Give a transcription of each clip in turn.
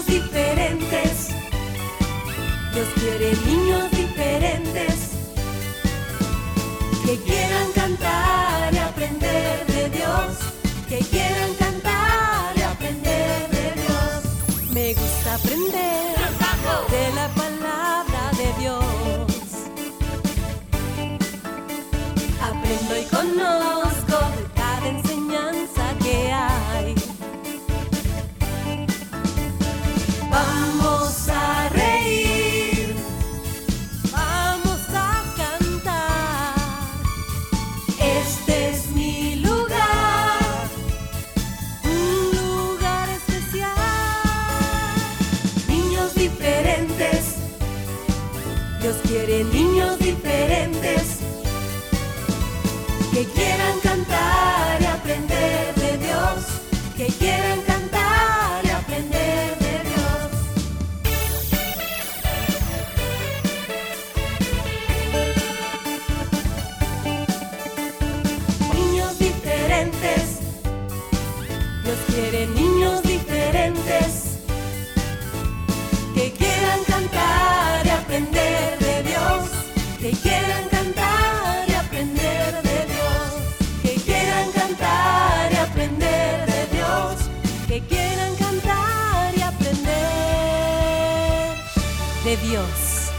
diferentes. Dios quiere niños diferentes que quieran cantar y aprender de Dios, que quieran cantar y aprender de Dios. Me gusta aprender de la palabra de Dios. Aprendo y conozco de cada enseñanza que hay. Vamos a reír, vamos a cantar. Este es mi lugar, un lugar especial. Niños diferentes, Dios quiere niños diferentes que quieran cantar y aprender de Dios, que quieran cantar y aprender de Dios. Niños diferentes, Dios quiere niños diferentes que quieran cantar y aprender de Dios, que quieran cantar y aprender de Dios, que quieran cantar y aprender de Dios, que quieran cantar y aprender de Dios.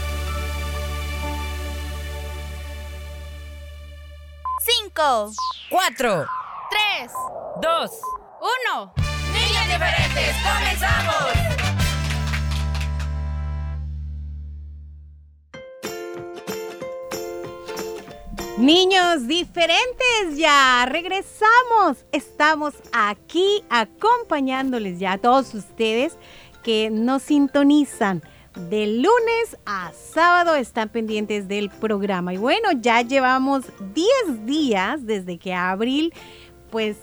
5, 4, 3, 2. 1. Niños diferentes, comenzamos. Niños diferentes, ya regresamos. Estamos aquí acompañándoles ya a todos ustedes que nos sintonizan de lunes a sábado, están pendientes del programa. Y bueno, ya llevamos 10 días desde que a Abril, pues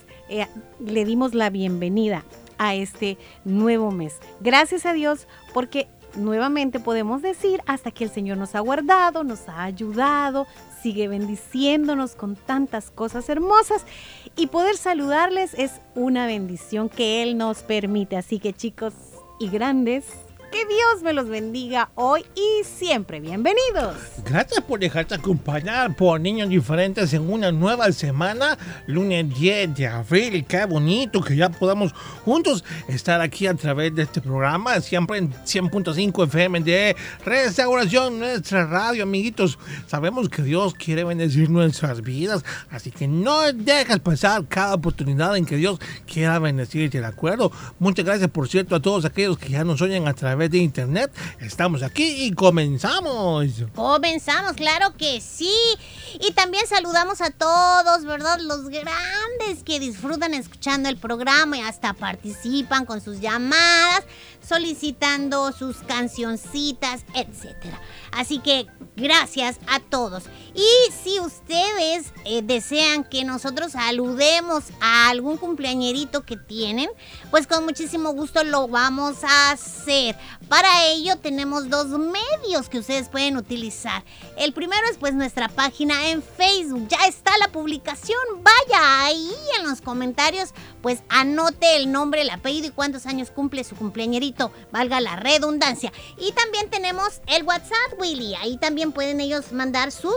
le dimos la bienvenida a este nuevo mes. Gracias a Dios, porque nuevamente podemos decir hasta que el Señor nos ha guardado, nos ha ayudado, sigue bendiciéndonos con tantas cosas hermosas y poder saludarles es una bendición que Él nos permite. Así que chicos y grandes, que Dios me los bendiga hoy y siempre. Bienvenidos. Gracias por dejarte acompañar por Niños Diferentes en una nueva semana, lunes 10 de abril. Qué bonito que ya podamos juntos estar aquí a través de este programa, siempre en 100.5 FM de Restauración, nuestra radio, amiguitos. Sabemos que Dios quiere bendecir nuestras vidas, así que no dejes pasar cada oportunidad en que Dios quiera bendecirte, ¿de acuerdo? Muchas gracias, por cierto, a todos aquellos que ya nos oyen a través de internet. Estamos aquí y comenzamos. Comenzamos, claro que sí. Y también saludamos a todos, ¿verdad? Los grandes que disfrutan escuchando el programa y hasta participan con sus llamadas, solicitando sus cancioncitas, etcétera. Así que gracias a todos. Y si ustedes desean que nosotros saludemos a algún cumpleañerito que tienen, pues con muchísimo gusto lo vamos a hacer. Para ello tenemos dos medios que ustedes pueden utilizar. El primero es pues nuestra página en Facebook. Ya está la publicación. Vaya ahí en los comentarios, pues anote el nombre, el apellido y cuántos años cumple su cumpleañerito, valga la redundancia. Y también tenemos el WhatsApp, Willy. Ahí también pueden ellos mandar sus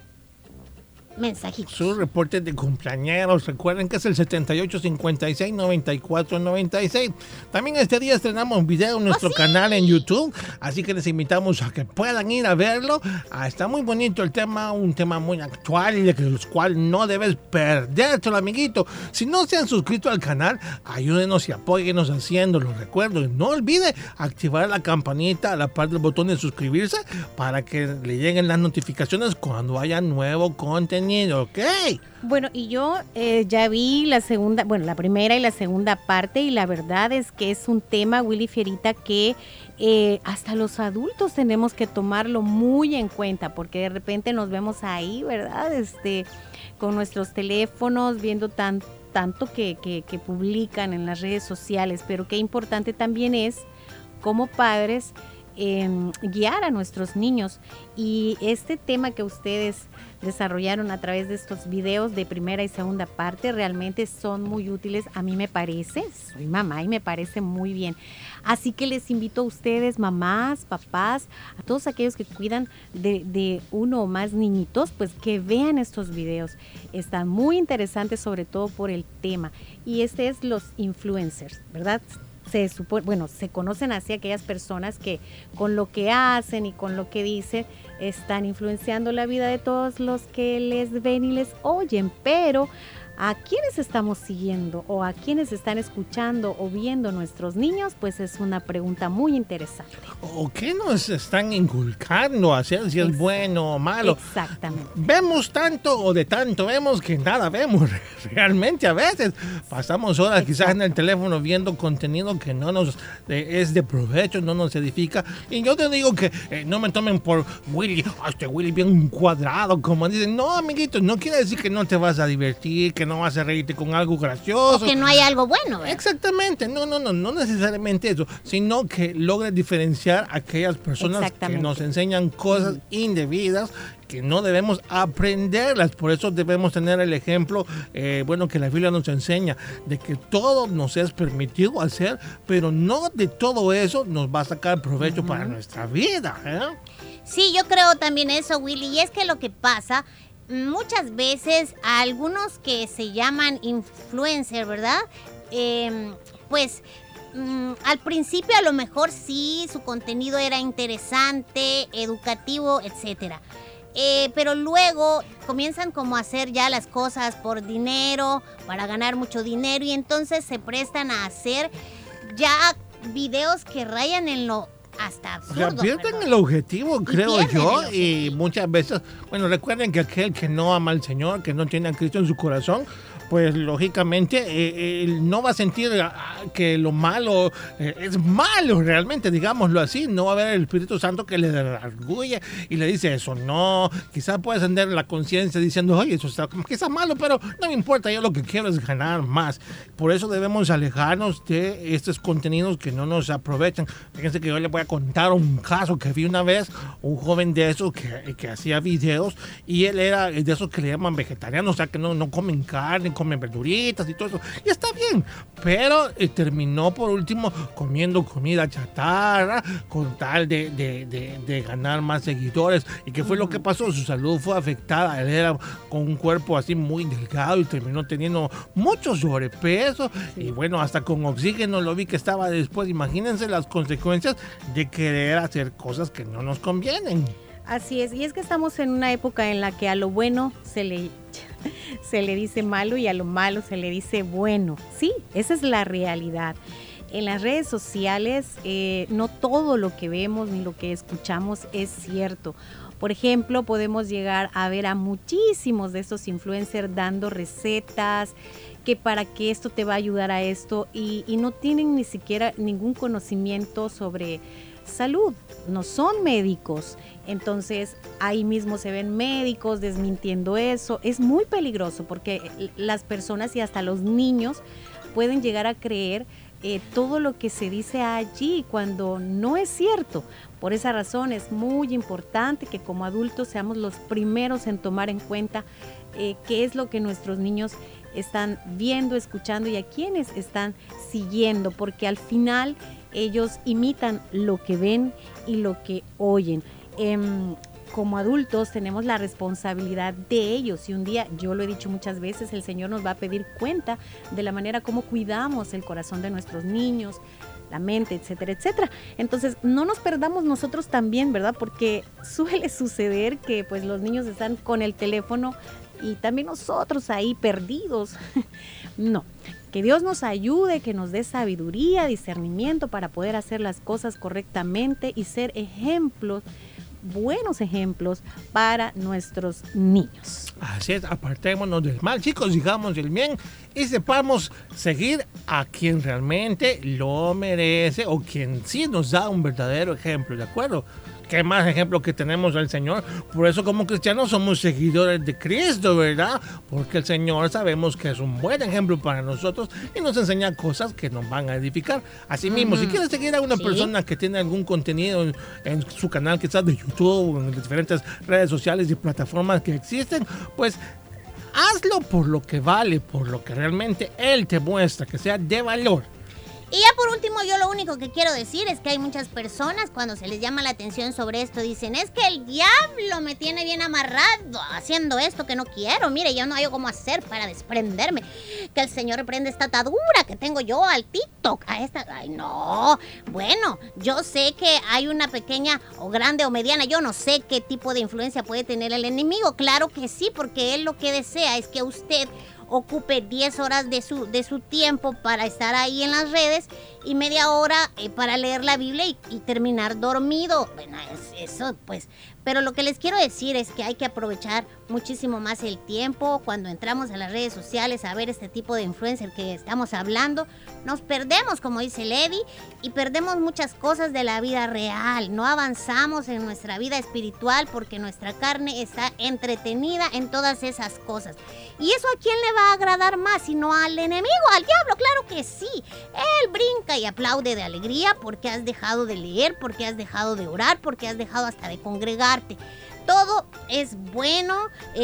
mensajitos. Sus reportes de cumpleañeros. Recuerden que es el 7856-9496. También este día estrenamos un video en nuestro canal en YouTube, así que les invitamos a que puedan ir a verlo. Está muy bonito el tema, un tema muy actual y de los cuales no debes perdértelo, amiguito. Si no se han suscrito al canal, ayúdenos y apóyenos haciéndolo. Recuerden, no olvide activar la campanita a la par del botón de suscribirse para que le lleguen las notificaciones cuando haya nuevo contenido. ¿Ok? Bueno, y yo ya vi la primera y la segunda parte, y la verdad es que es un tema, Willy Fierita, que hasta los adultos tenemos que tomarlo muy en cuenta, porque de repente nos vemos ahí, ¿verdad? Con nuestros teléfonos, viendo tanto que publican en las redes sociales, pero qué importante también es, como padres, guiar a nuestros niños. Y este tema que ustedes desarrollaron a través de estos videos de primera y segunda parte realmente son muy útiles. A mí me parece, soy mamá y me parece muy bien. Así que les invito a ustedes, mamás, papás, a todos aquellos que cuidan de uno o más niñitos, pues que vean estos videos. Están muy interesantes, sobre todo por el tema. Y este es los influencers, ¿verdad? Se conocen así aquellas personas que con lo que hacen y con lo que dicen están influenciando la vida de todos los que les ven y les oyen, pero ¿a quiénes estamos siguiendo o a quiénes están escuchando o viendo nuestros niños? Pues es una pregunta muy interesante. ¿O qué nos están inculcando a hacer, si es bueno o malo? Exactamente. Vemos tanto o de tanto vemos que nada vemos realmente a veces. Pasamos horas quizás en el teléfono viendo contenido que no nos es de provecho, no nos edifica. Y yo te digo que no me tomen por Willy, este Willy bien cuadrado, como dicen. No, amiguitos, no quiere decir que no te vas a divertir, que no vas a reírte con algo gracioso. O que no hay algo bueno, ¿verdad? Exactamente, no necesariamente eso, sino que logres diferenciar a aquellas personas que nos enseñan cosas indebidas, que no debemos aprenderlas. Por eso debemos tener el ejemplo, que la Biblia nos enseña, de que todo nos es permitido hacer, pero no de todo eso nos va a sacar provecho para nuestra vida, ¿eh? Sí, yo creo también eso, Willy, y es que lo que pasa muchas veces a algunos que se llaman influencer, ¿verdad? Al principio a lo mejor sí, su contenido era interesante, educativo, etcétera. Pero luego comienzan como a hacer ya las cosas por dinero, para ganar mucho dinero, y entonces se prestan a hacer ya videos que rayan en lo hasta absurdo. O sea, pierden el objetivo, creo yo, y muchas veces, recuerden que aquel que no ama al Señor, que no tiene a Cristo en su corazón, pues lógicamente él no va a sentir que lo malo es malo realmente, digámoslo así. No va a haber el Espíritu Santo que le redarguye y le dice eso. No, quizás puede tener la conciencia diciendo, oye, eso está como que está malo, pero no me importa, yo lo que quiero es ganar más. Por eso debemos alejarnos de estos contenidos que no nos aprovechan. Fíjense que yo les voy a contar un caso que vi una vez, un joven de esos que hacía videos, y él era de esos que le llaman vegetarianos, o sea que no comen carne, comen verduritas y todo eso, y está bien, pero terminó por último comiendo comida chatarra con tal de ganar más seguidores. ¿Y qué fue lo que pasó? Su salud fue afectada. Él era con un cuerpo así muy delgado y terminó teniendo mucho sobrepeso, y hasta con oxígeno lo vi que estaba después. Imagínense las consecuencias de querer hacer cosas que no nos convienen. Así es, y es que estamos en una época en la que a lo bueno se le dice malo y a lo malo se le dice bueno. Sí, esa es la realidad. En las redes sociales no todo lo que vemos ni lo que escuchamos es cierto. Por ejemplo, podemos llegar a ver a muchísimos de estos influencers dando recetas, que para que esto te va a ayudar a esto, y no tienen ni siquiera ningún conocimiento sobre salud, no son médicos. Entonces ahí mismo se ven médicos desmintiendo eso. Es muy peligroso porque las personas y hasta los niños pueden llegar a creer todo lo que se dice allí cuando no es cierto. Por esa razón es muy importante que como adultos seamos los primeros en tomar en cuenta qué es lo que nuestros niños están viendo, escuchando y a quiénes están siguiendo, porque al final ellos imitan lo que ven y lo que oyen. Como adultos tenemos la responsabilidad de ellos, y un día, yo lo he dicho muchas veces, el Señor nos va a pedir cuenta de la manera como cuidamos el corazón de nuestros niños, la mente, etcétera, etcétera. Entonces no nos perdamos nosotros también, ¿verdad? Porque suele suceder que pues los niños están con el teléfono y también nosotros ahí perdidos. No, que Dios nos ayude, que nos dé sabiduría, discernimiento para poder hacer las cosas correctamente y ser ejemplos, buenos ejemplos para nuestros niños. Así es, apartémonos del mal, chicos, sigamos el bien y sepamos seguir a quien realmente lo merece o quien sí nos da un verdadero ejemplo, ¿de acuerdo? qué más ejemplo que tenemos del Señor. Por eso como cristianos somos seguidores de Cristo, ¿verdad? Porque el Señor sabemos que es un buen ejemplo para nosotros y nos enseña cosas que nos van a edificar. Asimismo, si quieres seguir a una persona que tiene algún contenido en su canal, quizás de YouTube, en diferentes redes sociales y plataformas que existen, pues hazlo por lo que vale, por lo que realmente él te muestra, que sea de valor. Y ya por último, yo lo único que quiero decir es que hay muchas personas cuando se les llama la atención sobre esto, dicen, es que el diablo me tiene bien amarrado haciendo esto que no quiero. Mire, yo no hay cómo hacer para desprenderme. Que el Señor reprende esta atadura que tengo yo al TikTok, a esta... Ay, no. Bueno, yo sé que hay una pequeña o grande o mediana, yo no sé qué tipo de influencia puede tener el enemigo. Claro que sí, porque él lo que desea es que usted ocupe 10 horas de su tiempo para estar ahí en las redes y media hora para leer la Biblia y terminar dormido. Bueno, eso pues. Pero lo que les quiero decir es que hay que aprovechar muchísimo más el tiempo. Cuando entramos a las redes sociales a ver este tipo de influencer que estamos hablando, nos perdemos, como dice Lady, y perdemos muchas cosas de la vida real. No avanzamos en nuestra vida espiritual porque nuestra carne está entretenida en todas esas cosas. ¿Y eso a quién le va a agradar más? Sino al enemigo, al diablo, claro que sí. Él brinca y aplaude de alegría porque has dejado de leer, porque has dejado de orar, porque has dejado hasta de congregarte. Todo es bueno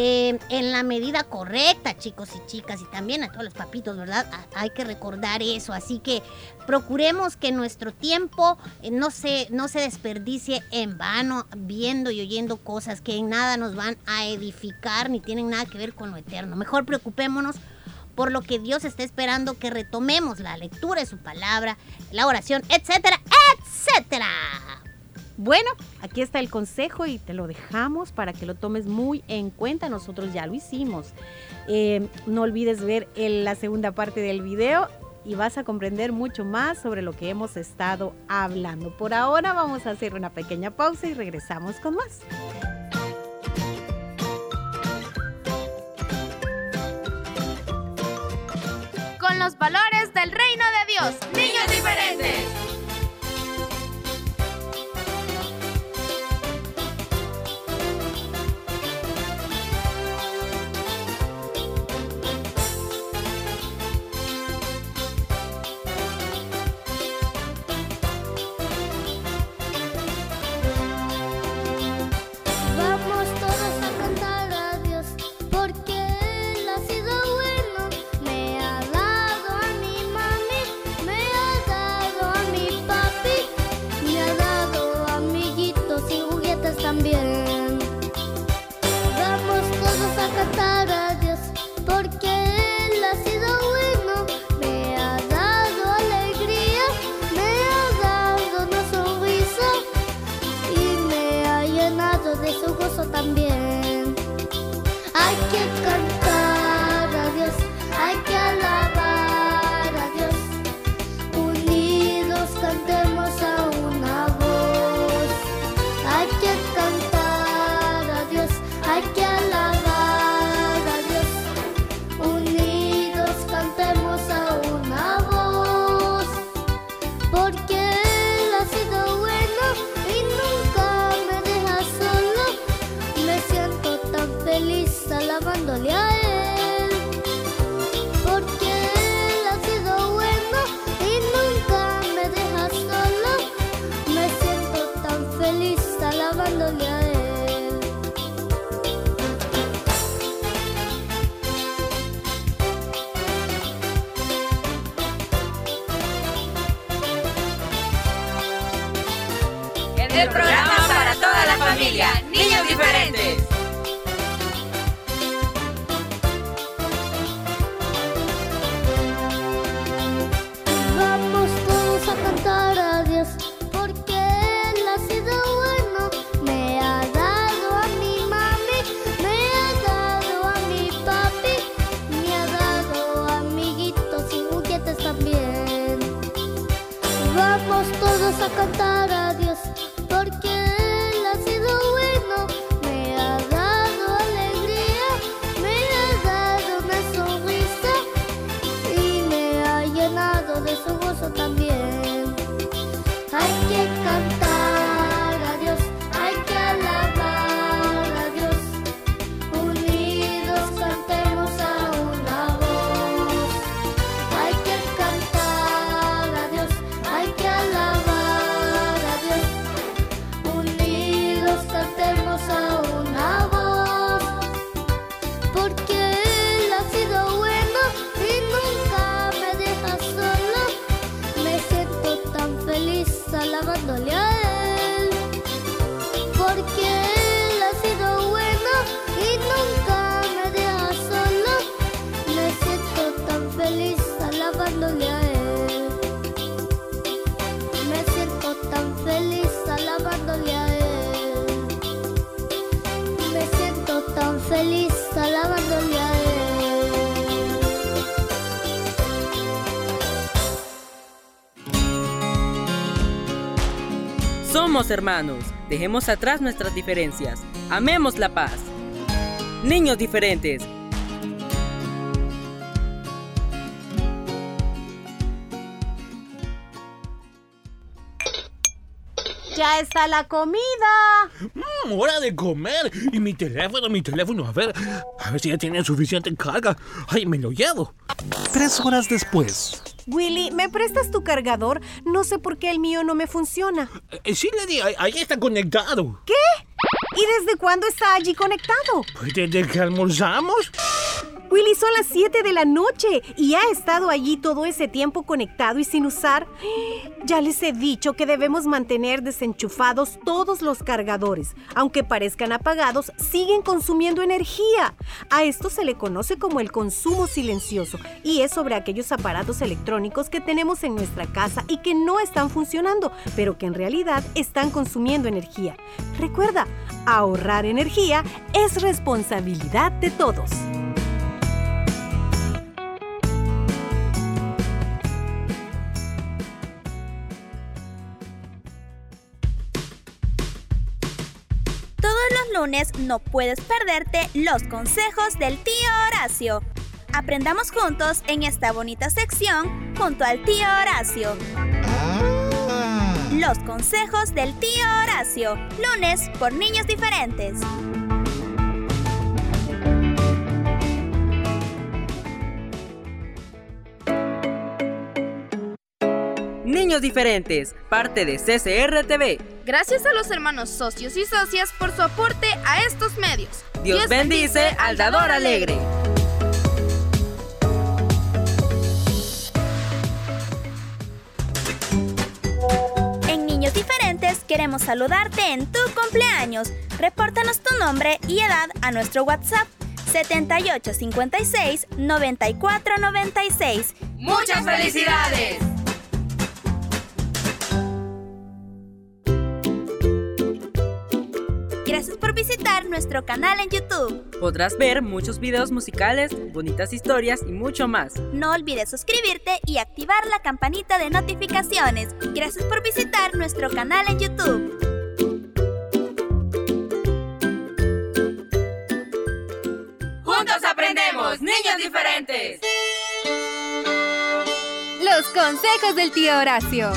en la medida correcta, chicos y chicas, y también a todos los papitos, ¿verdad? Hay que recordar eso, así que procuremos que nuestro tiempo no se desperdicie en vano viendo y oyendo cosas que en nada nos van a edificar ni tienen nada que ver con lo eterno. Mejor preocupémonos por lo que Dios está esperando que retomemos, la lectura de su palabra, la oración, etcétera, etcétera. Bueno, aquí está el consejo y te lo dejamos para que lo tomes muy en cuenta. Nosotros ya lo hicimos. No olvides ver la segunda parte del video y vas a comprender mucho más sobre lo que hemos estado hablando. Por ahora vamos a hacer una pequeña pausa y regresamos con más. Con los valores del reino de Dios. Niños diferentes. También hay que cantar a Dios, hay que alabar a Dios. Unidos cantemos a una voz. Hay que cantar a Dios, hay que alabar a Dios. Unidos cantemos a una voz, porque Él ha sido bueno y nunca me deja solo. Me siento tan feliz alabándole a Él, porque Él ha sido bueno y nunca me deja solo. Me siento tan feliz alabándole a Él. El programa para toda la familia. Niños diferentes. Vamos todos a cantar a Dios, porque Él ha sido bueno. Me ha dado a mi mami, me ha dado a mi papi, me ha dado amiguitos y juguetes también. Vamos todos a cantar a Dios, porque Él ha sido bueno. Me ha dado alabándole a Él, porque Él ha sido bueno y nunca me deja solo. Me siento tan feliz alabándole a Él. Me siento tan feliz alabándole a Él. Me siento tan feliz alabándole a Él. Somos hermanos, dejemos atrás nuestras diferencias, amemos la paz. Niños diferentes. ¡Ya está la comida! Hora de comer. Y mi teléfono, a ver si ya tiene suficiente carga. Ay, me lo llevo. 3 horas después. Willy, ¿me prestas tu cargador? No sé por qué el mío no me funciona. Sí, Lady, ahí está conectado. ¿Qué? ¿Y desde cuándo está allí conectado? Pues desde que almorzamos. Willy, son las 7 de la noche y ha estado allí todo ese tiempo conectado y sin usar. Ya les he dicho que debemos mantener desenchufados todos los cargadores. Aunque parezcan apagados, siguen consumiendo energía. A esto se le conoce como el consumo silencioso y es sobre aquellos aparatos electrónicos que tenemos en nuestra casa y que no están funcionando, pero que en realidad están consumiendo energía. Recuerda, ahorrar energía es responsabilidad de todos. Lunes no puedes perderte los consejos del tío Horacio. Aprendamos juntos en esta bonita sección junto al tío Horacio. Los consejos del tío Horacio, lunes por Niños Diferentes. Niños Diferentes, parte de CCR TV. Gracias a los hermanos socios y socias por su aporte a estos medios. Dios bendice al dador alegre. En Niños Diferentes queremos saludarte en tu cumpleaños. Repórtanos tu nombre y edad a nuestro WhatsApp 7856-9496. ¡Muchas felicidades! Gracias por visitar nuestro canal en YouTube. Podrás ver muchos videos musicales, bonitas historias y mucho más. No olvides suscribirte y activar la campanita de notificaciones. Gracias por visitar nuestro canal en YouTube. ¡Juntos aprendemos! ¡Niños Diferentes! Los consejos del tío Horacio.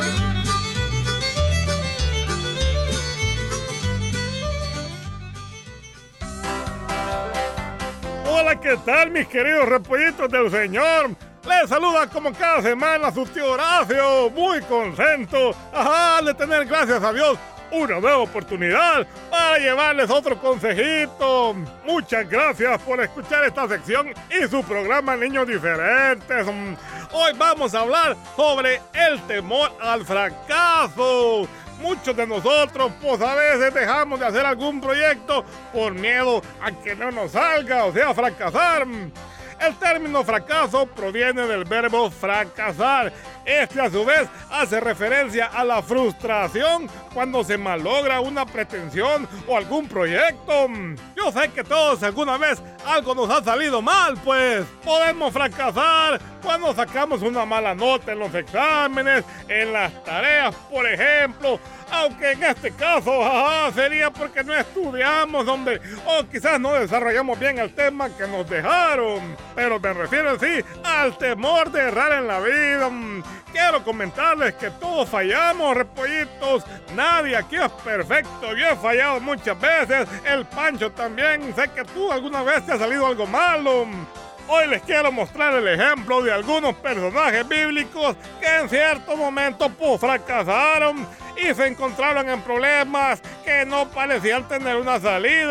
Hola, ¿qué tal, mis queridos repollitos del Señor? Les saluda como cada semana su tío Horacio, muy contento de tener, gracias a Dios, una nueva oportunidad para llevarles otro consejito. Muchas gracias por escuchar esta sección y su programa Niños Diferentes. Hoy vamos a hablar sobre el temor al fracaso. Muchos de nosotros, pues a veces dejamos de hacer algún proyecto por miedo a que no nos salga, o sea, fracasar. El término fracaso proviene del verbo fracasar. Este, a su vez, hace referencia a la frustración cuando se malogra una pretensión o algún proyecto. Yo sé que todos alguna vez algo nos ha salido mal, pues podemos fracasar cuando sacamos una mala nota en los exámenes, en las tareas, por ejemplo. Aunque en este caso, sería porque no estudiamos, hombre, o quizás no desarrollamos bien el tema que nos dejaron. Pero me refiero, sí, al temor de errar en la vida. Quiero comentarles que todos fallamos, repollitos. Nadie aquí es perfecto. Yo he fallado muchas veces. El Pancho también. Sé que tú alguna vez te ha salido algo malo. Hoy les quiero mostrar el ejemplo de algunos personajes bíblicos que en cierto momento pues fracasaron y se encontraron en problemas que no parecían tener una salida.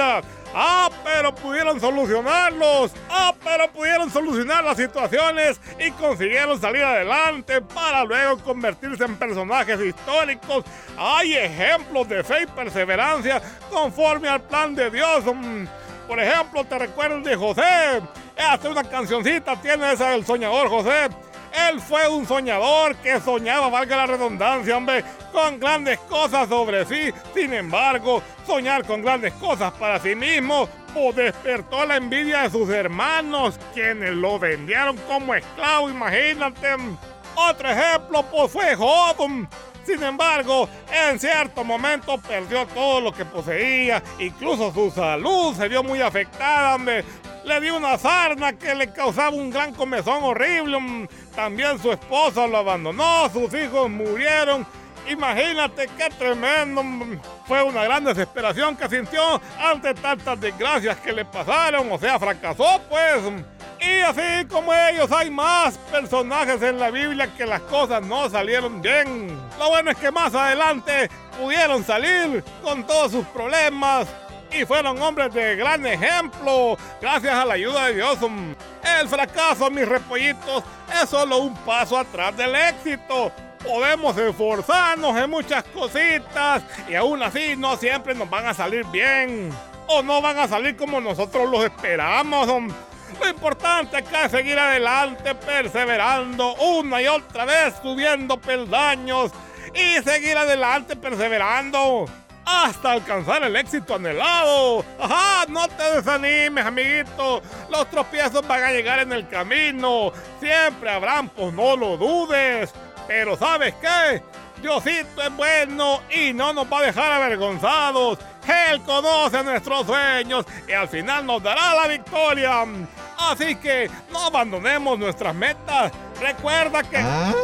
pero pudieron solucionarlos. Pero pudieron solucionar las situaciones y consiguieron salir adelante para luego convertirse en personajes históricos. Hay ejemplos de fe y perseverancia conforme al plan de Dios. Por ejemplo, ¿te recuerdas de José? Hasta una cancioncita tiene esa del soñador José. Él fue un soñador que soñaba, valga la redundancia, hombre, con grandes cosas sobre sí. Sin embargo, soñar con grandes cosas para sí mismo despertó la envidia de sus hermanos, quienes lo vendieron como esclavo, imagínate. Otro ejemplo, pues fue Job. Sin embargo, en cierto momento perdió todo lo que poseía, incluso su salud se vio muy afectada, hombre. Le dio una sarna que le causaba un gran comezón horrible. También su esposa lo abandonó, sus hijos murieron. Imagínate qué tremendo. Fue una gran desesperación que sintió ante tantas desgracias que le pasaron. O sea, fracasó, pues. Y así como ellos, hay más personajes en la Biblia que las cosas no salieron bien. Lo bueno es que más adelante pudieron salir con todos sus problemas y fueron hombres de gran ejemplo gracias a la ayuda de Dios. El fracaso, mis repollitos, es solo un paso atrás del éxito. Podemos esforzarnos en muchas cositas y aún así no siempre nos van a salir bien o no van a salir como nosotros los esperamos. Lo importante acá es seguir adelante, perseverando una y otra vez, subiendo peldaños y seguir adelante, perseverando hasta alcanzar el éxito anhelado. ¡Ajá! No te desanimes, amiguito. Los tropiezos van a llegar en el camino. Siempre habrán, pues no lo dudes. Pero ¿sabes qué? Diosito es bueno y no nos va a dejar avergonzados. Él conoce nuestros sueños y al final nos dará la victoria. Así que no abandonemos nuestras metas. Recuerda que...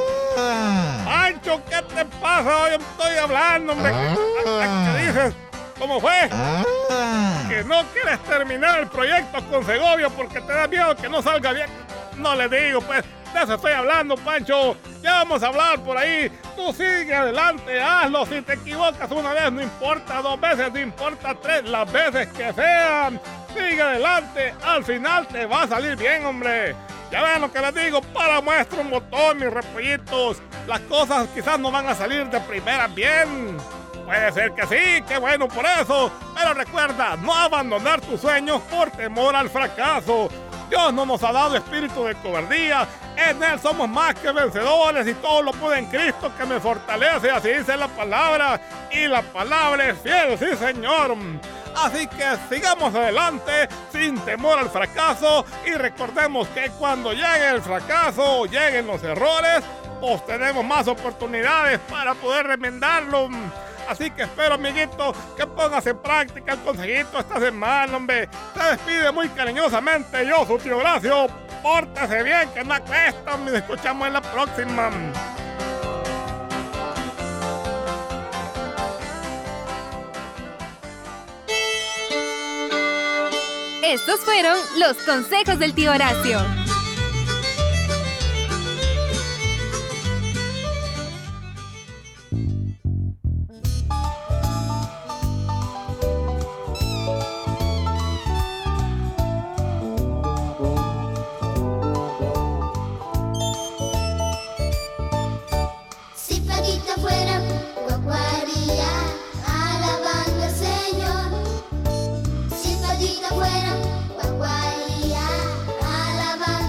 Pancho, ¿qué te pasa? Hoy estoy hablando, hombre. ¿Qué dices? ¿Cómo fue? Que no quieres terminar el proyecto con Segovia porque te da miedo que no salga bien. No le digo, pues, de eso estoy hablando, Pancho. Ya vamos a hablar por ahí. Tú sigue adelante, hazlo. Si te equivocas una vez, no importa. 2 veces, no importa 3, las veces que sean. Sigue adelante. Al final te va a salir bien, hombre. Ya ven lo que les digo, para muestra un botón, mis repollitos. Las cosas quizás no van a salir de primera bien. Puede ser que sí, qué bueno por eso. Pero recuerda, no abandonar tus sueños por temor al fracaso. Dios no nos ha dado espíritu de cobardía. En Él somos más que vencedores y todo lo puedo en Cristo que me fortalece. Así dice la palabra. Y la palabra es fiel, sí, Señor. Así que sigamos adelante sin temor al fracaso y recordemos que cuando llegue el fracaso, lleguen los errores, pues tenemos más oportunidades para poder remendarlo. Así que espero, amiguito, que pongas en práctica el consejito esta semana, hombre. Te despide muy cariñosamente yo, su tío Horacio. Pórtese bien, que no cuesta. Nos escuchamos en la próxima. Estos fueron los consejos del tío Horacio. Si Paquita fuera guaguaría, alabando al Señor. Si Paquita fuera guaguaría, alabando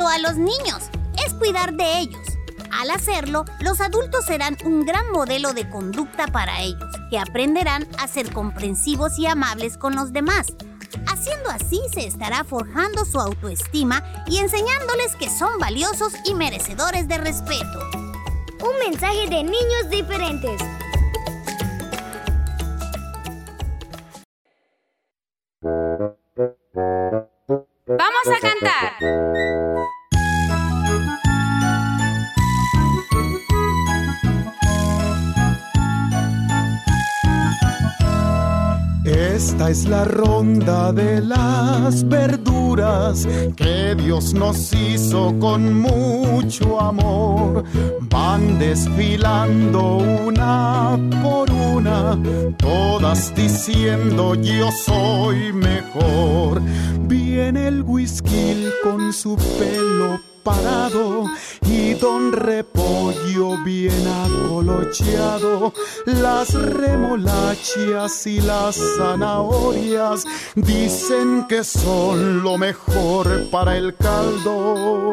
solo a los niños, es cuidar de ellos. Al hacerlo, los adultos serán un gran modelo de conducta para ellos, que aprenderán a ser comprensivos y amables con los demás. Haciendo así, se estará forjando su autoestima y enseñándoles que son valiosos y merecedores de respeto. Un mensaje de Niños Diferentes. ¡Vamos a cantar! Esta es la ronda de las verduras que Dios nos hizo con mucho amor. Van desfilando una por una, todas diciendo yo soy mejor. Viene el whisky con su pelo parado y don Repollo bien acolocheado. Las remolachas y las zanahorias dicen que son lo mejor para el caldo.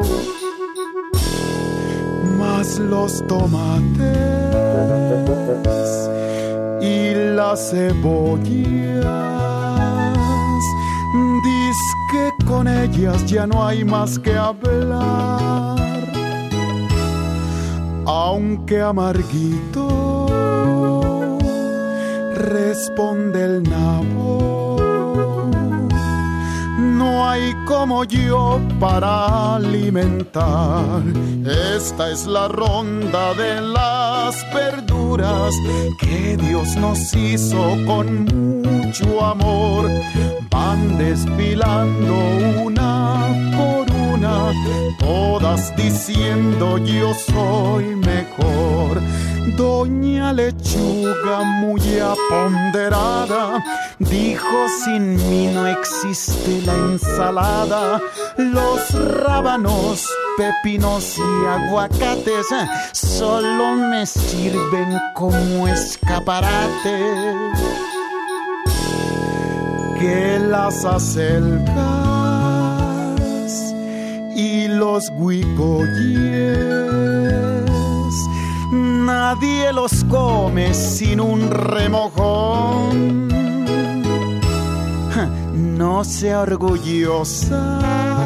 Mas los tomates y las cebollas, que con ellas ya no hay más que hablar. Aunque amarguito, responde el nabo, no hay como yo para alimentar. Esta es la ronda de las verduras que Dios nos hizo con mucho amor. Van desfilando una por una, todas diciendo yo soy mejor. Doña Lechuga muy aponderada dijo sin mí no existe la ensalada. Los rábanos, pepinos y aguacates solo me sirven como escaparate. Que las acelgas y los huicoyes nadie los come sin un remojón. No sea orgullosa,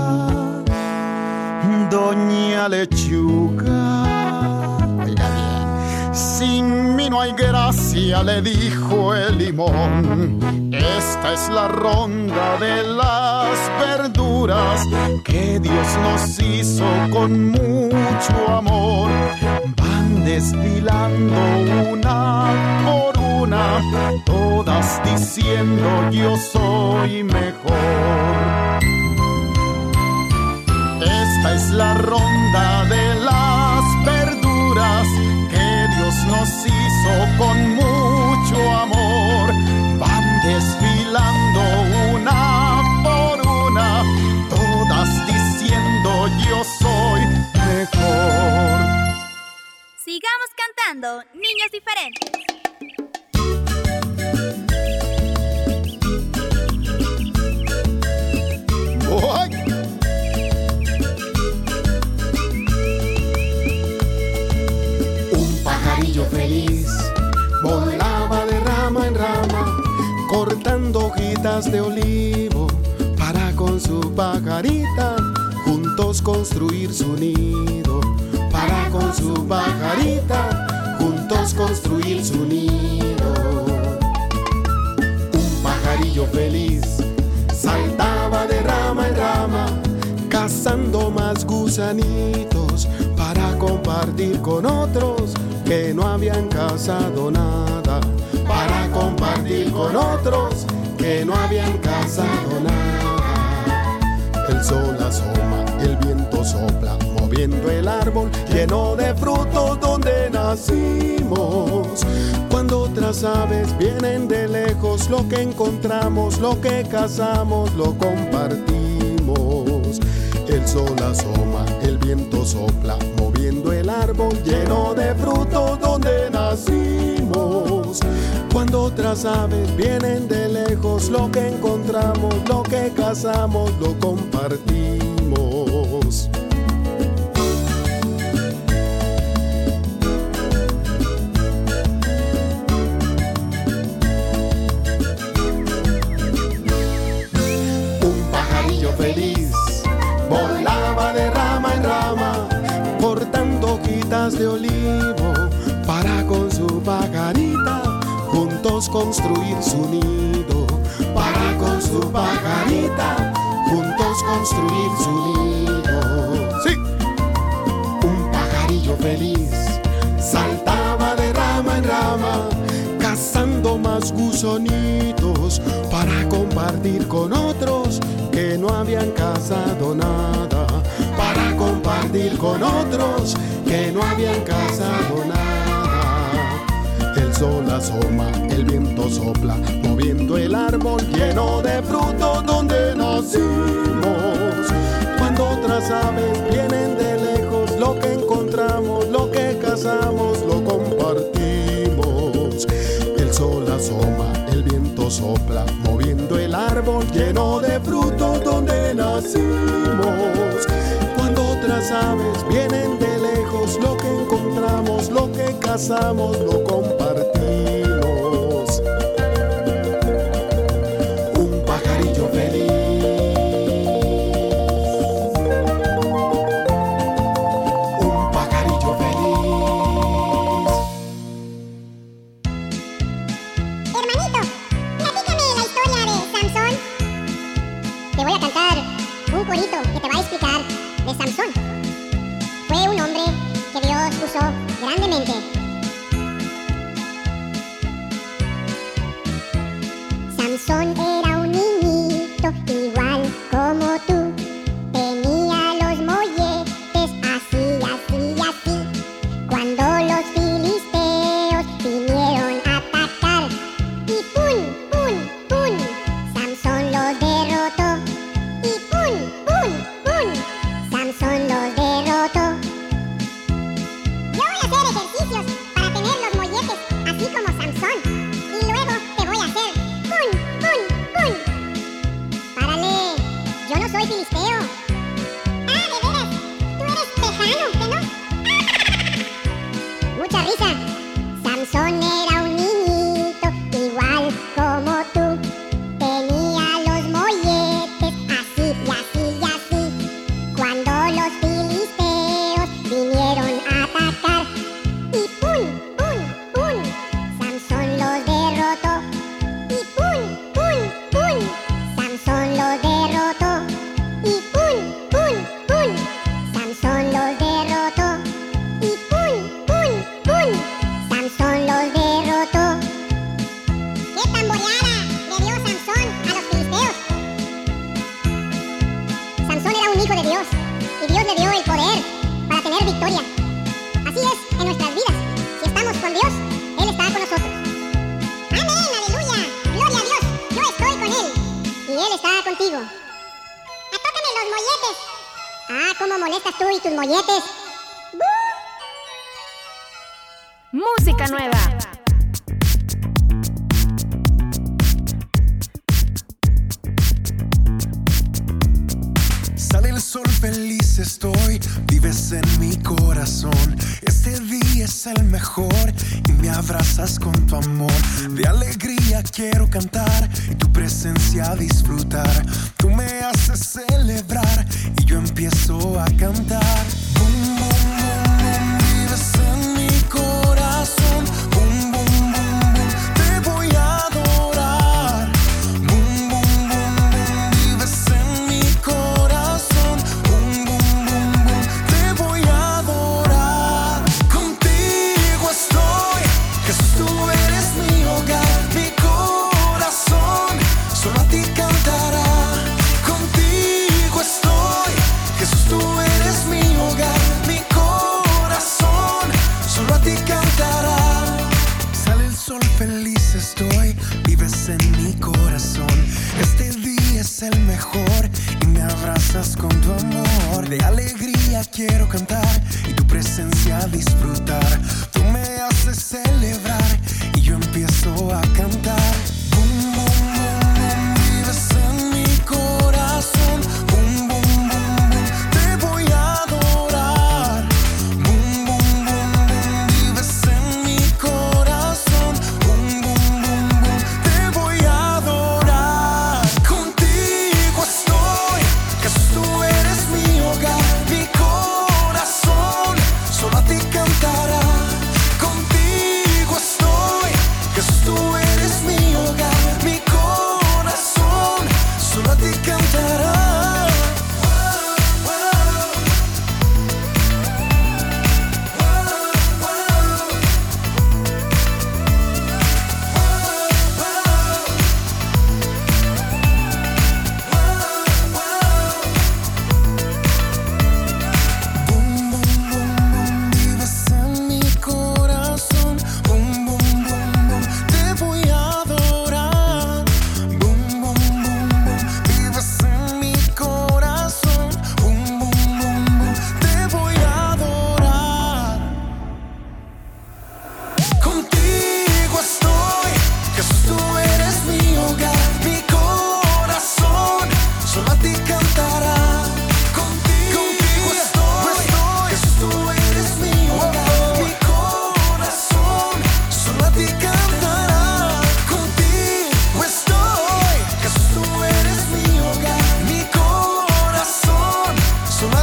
Doña Lechuga. Oiga bien, sin mí no hay gracia, le dijo el limón. Esta es la ronda de las verduras que Dios nos hizo con mucho amor. Van desfilando una por una, todas diciendo yo soy mejor. Esta es la ronda de las verduras que Dios nos hizo con mucho amor. Van desfilando una por una, todas diciendo yo soy mejor. Sigamos cantando, Niños Diferentes. ¡Ay! Un pajarillo feliz volaba de rama en rama, cortando hojitas de olivo para con su pajarita juntos construir su nido. Para con su pajarita juntos construir su nido. Un pajarillo feliz saltaba de rama en rama, cazando más gusanitos para compartir con otros que no habían cazado nada. Para compartir con otros que no habían cazado nada. El sol asoma, el viento sopla, moviendo el árbol lleno de frutos donde nacimos. Cuando otras aves vienen de lejos, lo que encontramos, lo que cazamos, lo compartimos. El sol asoma, el viento sopla, moviendo el árbol lleno de frutos donde nacimos. Cuando otras aves vienen de lejos, lo que encontramos, lo que cazamos, lo compartimos. construir su nido, para con su pajarita juntos construir su nido. Sí. Un pajarillo feliz saltaba de rama en rama, cazando más gusanitos para compartir con otros que no habían cazado nada, para compartir con otros que no habían cazado nada. El sol asoma, el viento sopla, moviendo el árbol lleno de frutos donde nacimos. Cuando otras aves vienen de lejos, lo que encontramos, lo que cazamos, lo compartimos. El sol asoma, el viento sopla, moviendo el árbol lleno de frutos donde nacimos. Cuando otras aves vienen de lejos, lo que encontramos, lo que cazamos, lo compartimos. Un pajarillo feliz. Un pajarillo feliz. Hermanito, platícame la historia de Sansón. Te voy a cantar un corito que te va a explicar de Sansón. Fue un hombre que Dios usó grandemente. Sansón era un niñito igual como tú. Tenía los molletes así, así, así. Cuando los filisteos vinieron a atacar, y ¡pum, pum, pum! Sansón los derrotó. Y ¡pum, pum, pum! Sansón los derrotó. Yo voy a hacer ejercicios para tener los molletes así como Sansón. Y luego te voy a hacer ¡pum, pum, pum! Párale, yo no soy filisteo. Ah, de veras, tú eres tejano, ¿que no? Mucha risa. Sansón era un niñito igual como tú. Tenía los molletes así y así y así. Cuando los filisteos vinieron a atacar, y ¡pum, pum, pum! Sansón los derrotó. Y ¡pum, pum, pum! Sansón los derrotó. Y ¡pum, pum, pum! Sansón los derrotó. Y ¡pum, pum, pum! Sansón los derrotó. ¡Qué tamboreada le dio Sansón a los filisteos! Sansón era un hijo de Dios, y Dios le dio el poder para tener victoria. Así es en nuestras vidas. Si estamos con Dios, Él está con nosotros. ¡Amén! ¡Aleluya! ¡Gloria a Dios! Yo estoy con Él, y Él está contigo. ¡Atócame los molletes! ¡Ah, cómo molestas tú y tus molletes! Música nueva. Sale el sol, feliz estoy, vives en mi corazón. Este día es el mejor y me abrazas con tu amor. De alegría quiero cantar y tu presencia disfrutar. Tú me haces celebrar y yo empiezo a cantar. Boom, boom, boom, boom, vives en mi corazón. Boom, boom, boom, boom, te voy a adorar. Boom, boom, boom, boom, vives en mi corazón. Boom, boom, boom, boom, te voy a adorar. Contigo estoy, Jesús, tú eres mi hogar. Mi corazón solo a ti cantará. Contigo estoy, Jesús, tú eres mi hogar. Mi corazón solo a ti cantará. Sale el sol, feliz estoy, vives en mi corazón. Este día es el mejor y me abrazas con tu amor. De alegría quiero cantar y tu presencia disfrutar. Tú me haces celebrar y yo empiezo a cantar. Boom, boom, boom, boom, vives en mi corazón. Boom, boom, boom, boom, te voy a adorar. Boom, boom, boom, boom, vives en mi corazón. Boom, boom, boom, boom, te voy a adorar. Contigo estoy, Jesús, tú eres mi hogar. Mi corazón solo a ti cantará. Contigo estoy, Jesús, tú eres mi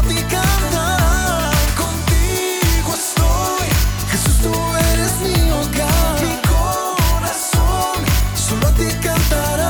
ti cantará. Contigo estoy, Jesús, tú eres mi hogar. Mi corazón solo a ti cantará.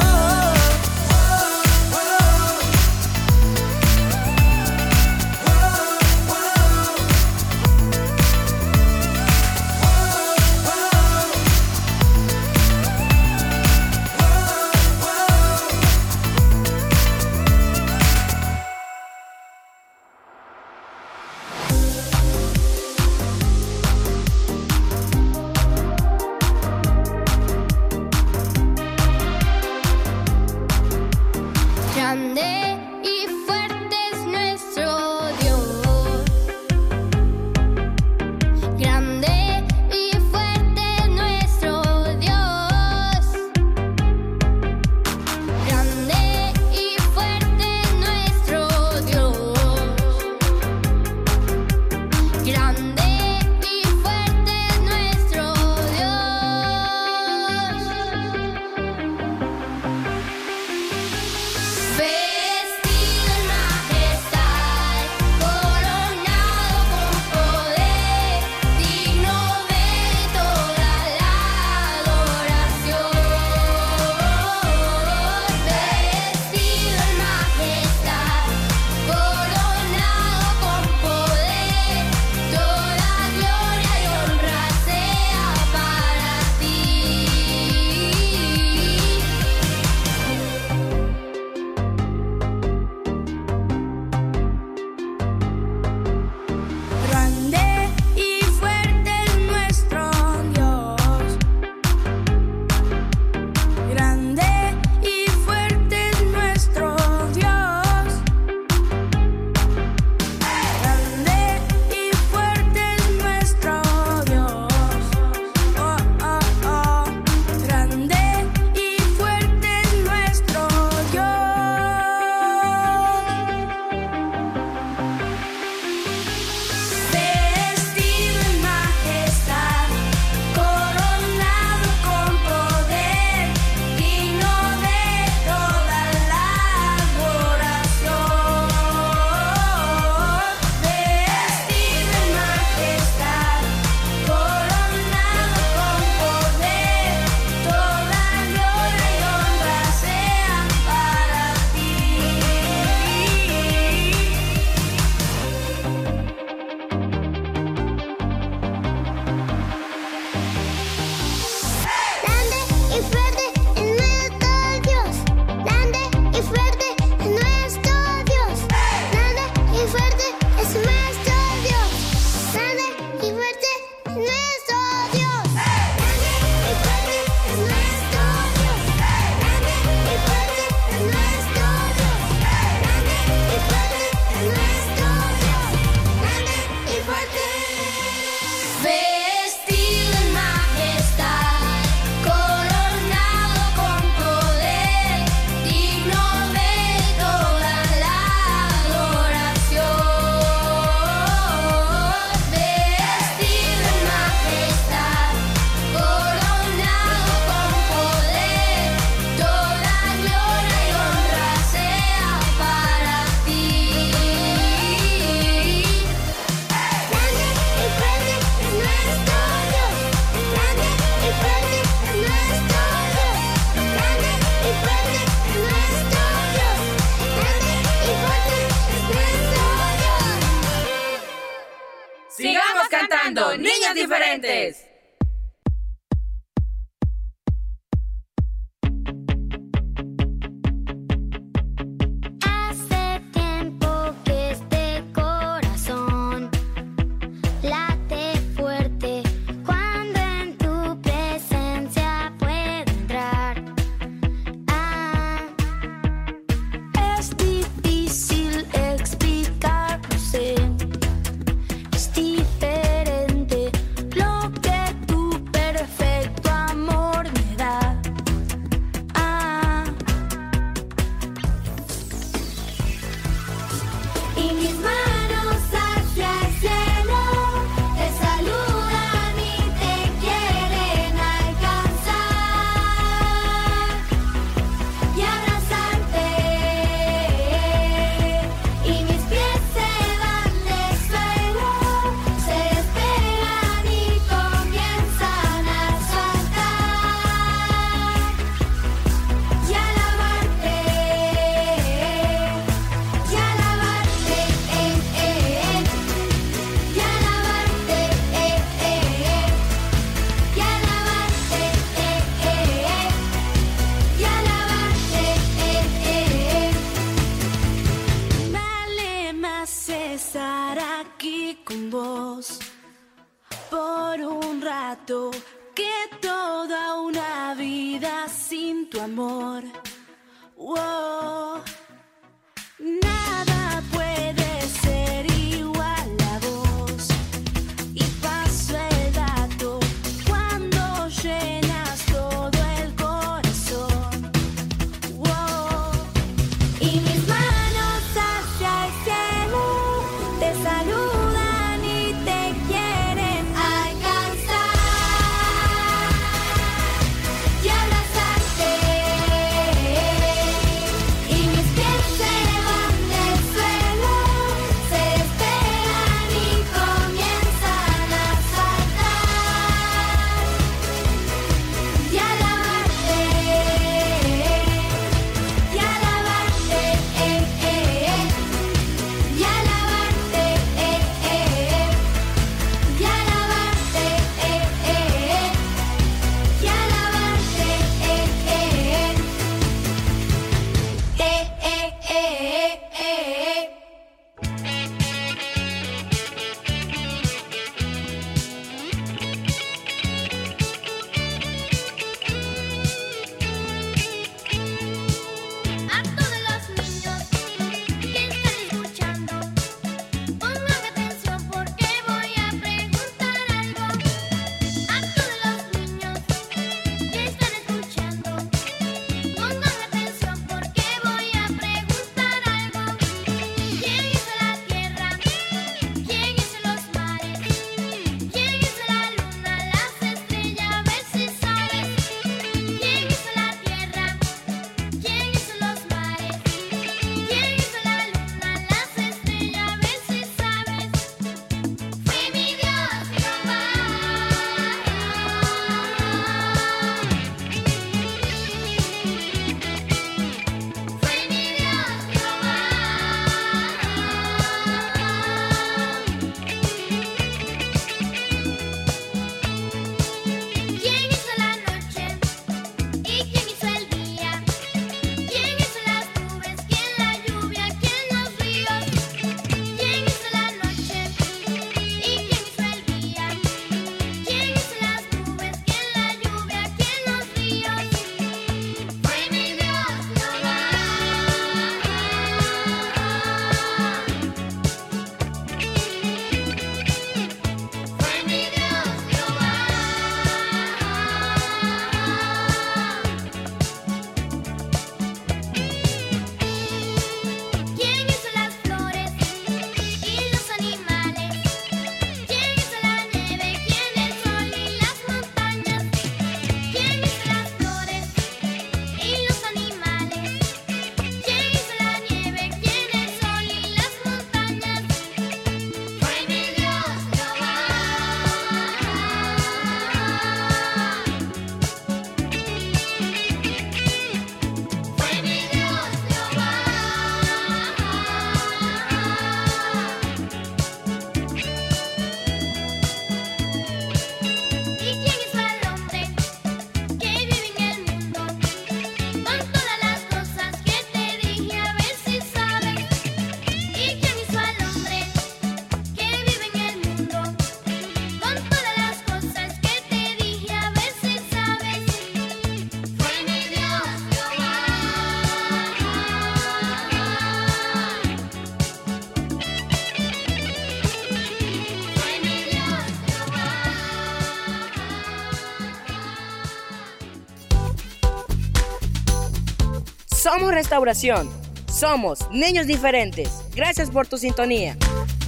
Grande y fuerte es nuestro Dios. Grande y fuerte es nuestro Dios. Grande y fuerte es nuestro Dios. Grande y fuerte es nuestro Vestido en majestad, coronado con poder, digno de toda la adoración. Vestido en majestad, coronado con poder, toda gloria y honra sea para ti. Grande y fuerte es nuestro Dios. Grande y fuerte es nuestro Dios. Grande y fuerte es nuestro Dios. Oh, oh, oh. Grande y fuerte es nuestro Dios. Vestido en majestad, coronado con poder, digno de toda la adoración. Vestido en majestad, coronado con poder, toda gloria y honra sea para ti. Grande y fuerte es nuestro Dios. Grande y fuerte es nuestro Dios. Grande y fuerte es nuestro Dios. Grande y fuerte es nuestro Dios. Grande y fuerte es nuestro Dios. Grande y fuerte es nuestro Dios. Grande y fuerte es nuestro Dios. Grande y fuerte. Vestido en majestad, coronado con poder, digno de toda la adoración. Vestido en majestad, coronado con poder, toda gloria y honra sea para ti. Grande y fuerte es nuestro Dios. Grande y fuerte es nuestro Dios. Grande y fuerte es nuestro Dios. Grande y fuerte es nuestro Dios. Sigamos cantando, niños diferentes. Hace tiempo que este corazón late fuerte cuando en tu presencia puedo entrar. Es difícil explicar, no sé. Es diferente lo que nace estar aquí con vos por un rato, que toda una vida sin tu amor. Wow. Nada puede ser igual a vos. Y paso el dato cuando llenas todo el corazón. Wow. Y mis manos hacia el cielo te saludan y te quieren alcanzar y abrazarte. Y mis pies se van del suelo, se despegan y comienzan a saltar y alabarte, y alabarte, y alabarte, y alabarte, y a todos los niños que están escuchando, pongan atención porque voy a preguntar algo. A todos los niños que están escuchando, pongan atención porque voy a preguntar algo. ¿Quién hizo la tierra? ¿Quién hizo los mares? ¿Quién hizo la luna, las estrellas? A ver si sabes. ¿Quién hizo la tierra? ¿Quién hizo los mares? ¿Quién hizo la luna, las estrellas? A ver si sabes. Fue mi Dios Jehová. Fue mi Dios Jehová. ¿Quién hizo la noche? ¿Y quién hizo el día? ¿Quién hizo las nubes? ¿Quién la lluvia? ¿Quién los ríos? ¿Quién hizo la noche? ¿Y quién hizo el día? ¿Quién hizo las nubes? ¿Quién la lluvia? ¿Quién los ríos? Fue mi Dios Jehová. Fue mi Dios Jehová. ¿Quién hizo las flores y los animales? ¿Quién hizo la nieve? ¿Quién el sol y las montañas? ¿Quién hizo las flores y los animales? ¿Quién hizo la nieve? ¿Quién el sol y las montañas? Fue mi Dios Jehová. Fue mi Dios Jehová. ¿Y quién hizo al hombre que vive en el mundo con todas las cosas que te dije? A ver si sabes. ¿Y quién hizo al hombre que vive en el mundo con todas las cosas que te dije? A ver si sabes. Fue mi Dios Jehová. Fue mi Dios Jehová. Somos Restauración. Somos niños diferentes. Gracias por tu sintonía.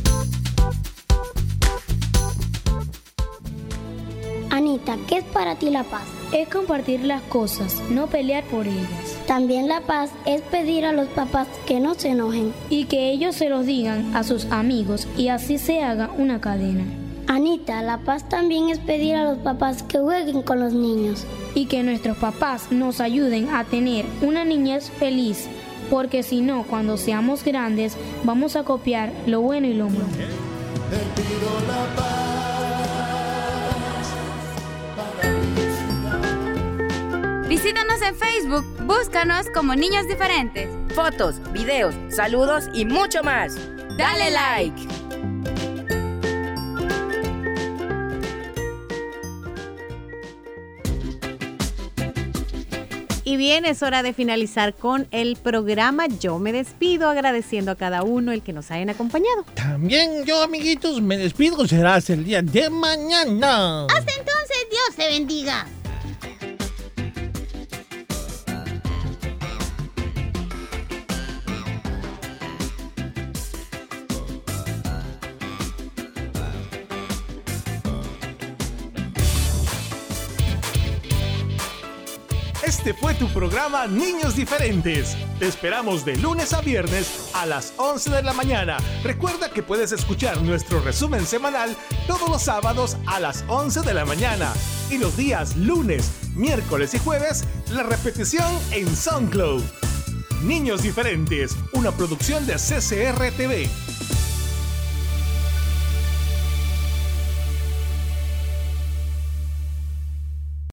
Anita, ¿qué es para ti la paz? Es compartir las cosas, no pelear por ellas. También la paz es pedir a los papás que no se enojen. Y que ellos se los digan a sus amigos y así se haga una cadena. Anita, la paz también es pedir a los papás que jueguen con los niños. Y que nuestros papás nos ayuden a tener una niñez feliz, porque si no, cuando seamos grandes, vamos a copiar lo bueno y lo malo. Te pido la paz. Visítanos en Facebook, búscanos como Niños Diferentes. Fotos, videos, saludos y mucho más. Dale like. Y bien, es hora de finalizar con el programa. Yo me despido agradeciendo a cada uno el que nos hayan acompañado. También yo, amiguitos, me despido. Será hasta el día de mañana. Hasta entonces, Dios te bendiga. Este fue tu programa Niños Diferentes. Te esperamos de lunes a viernes a las 11 de la mañana. Recuerda que puedes escuchar nuestro resumen semanal todos los sábados a las 11 de la mañana. Y los días lunes, miércoles y jueves, la repetición en SoundCloud. Niños Diferentes, una producción de CCR TV.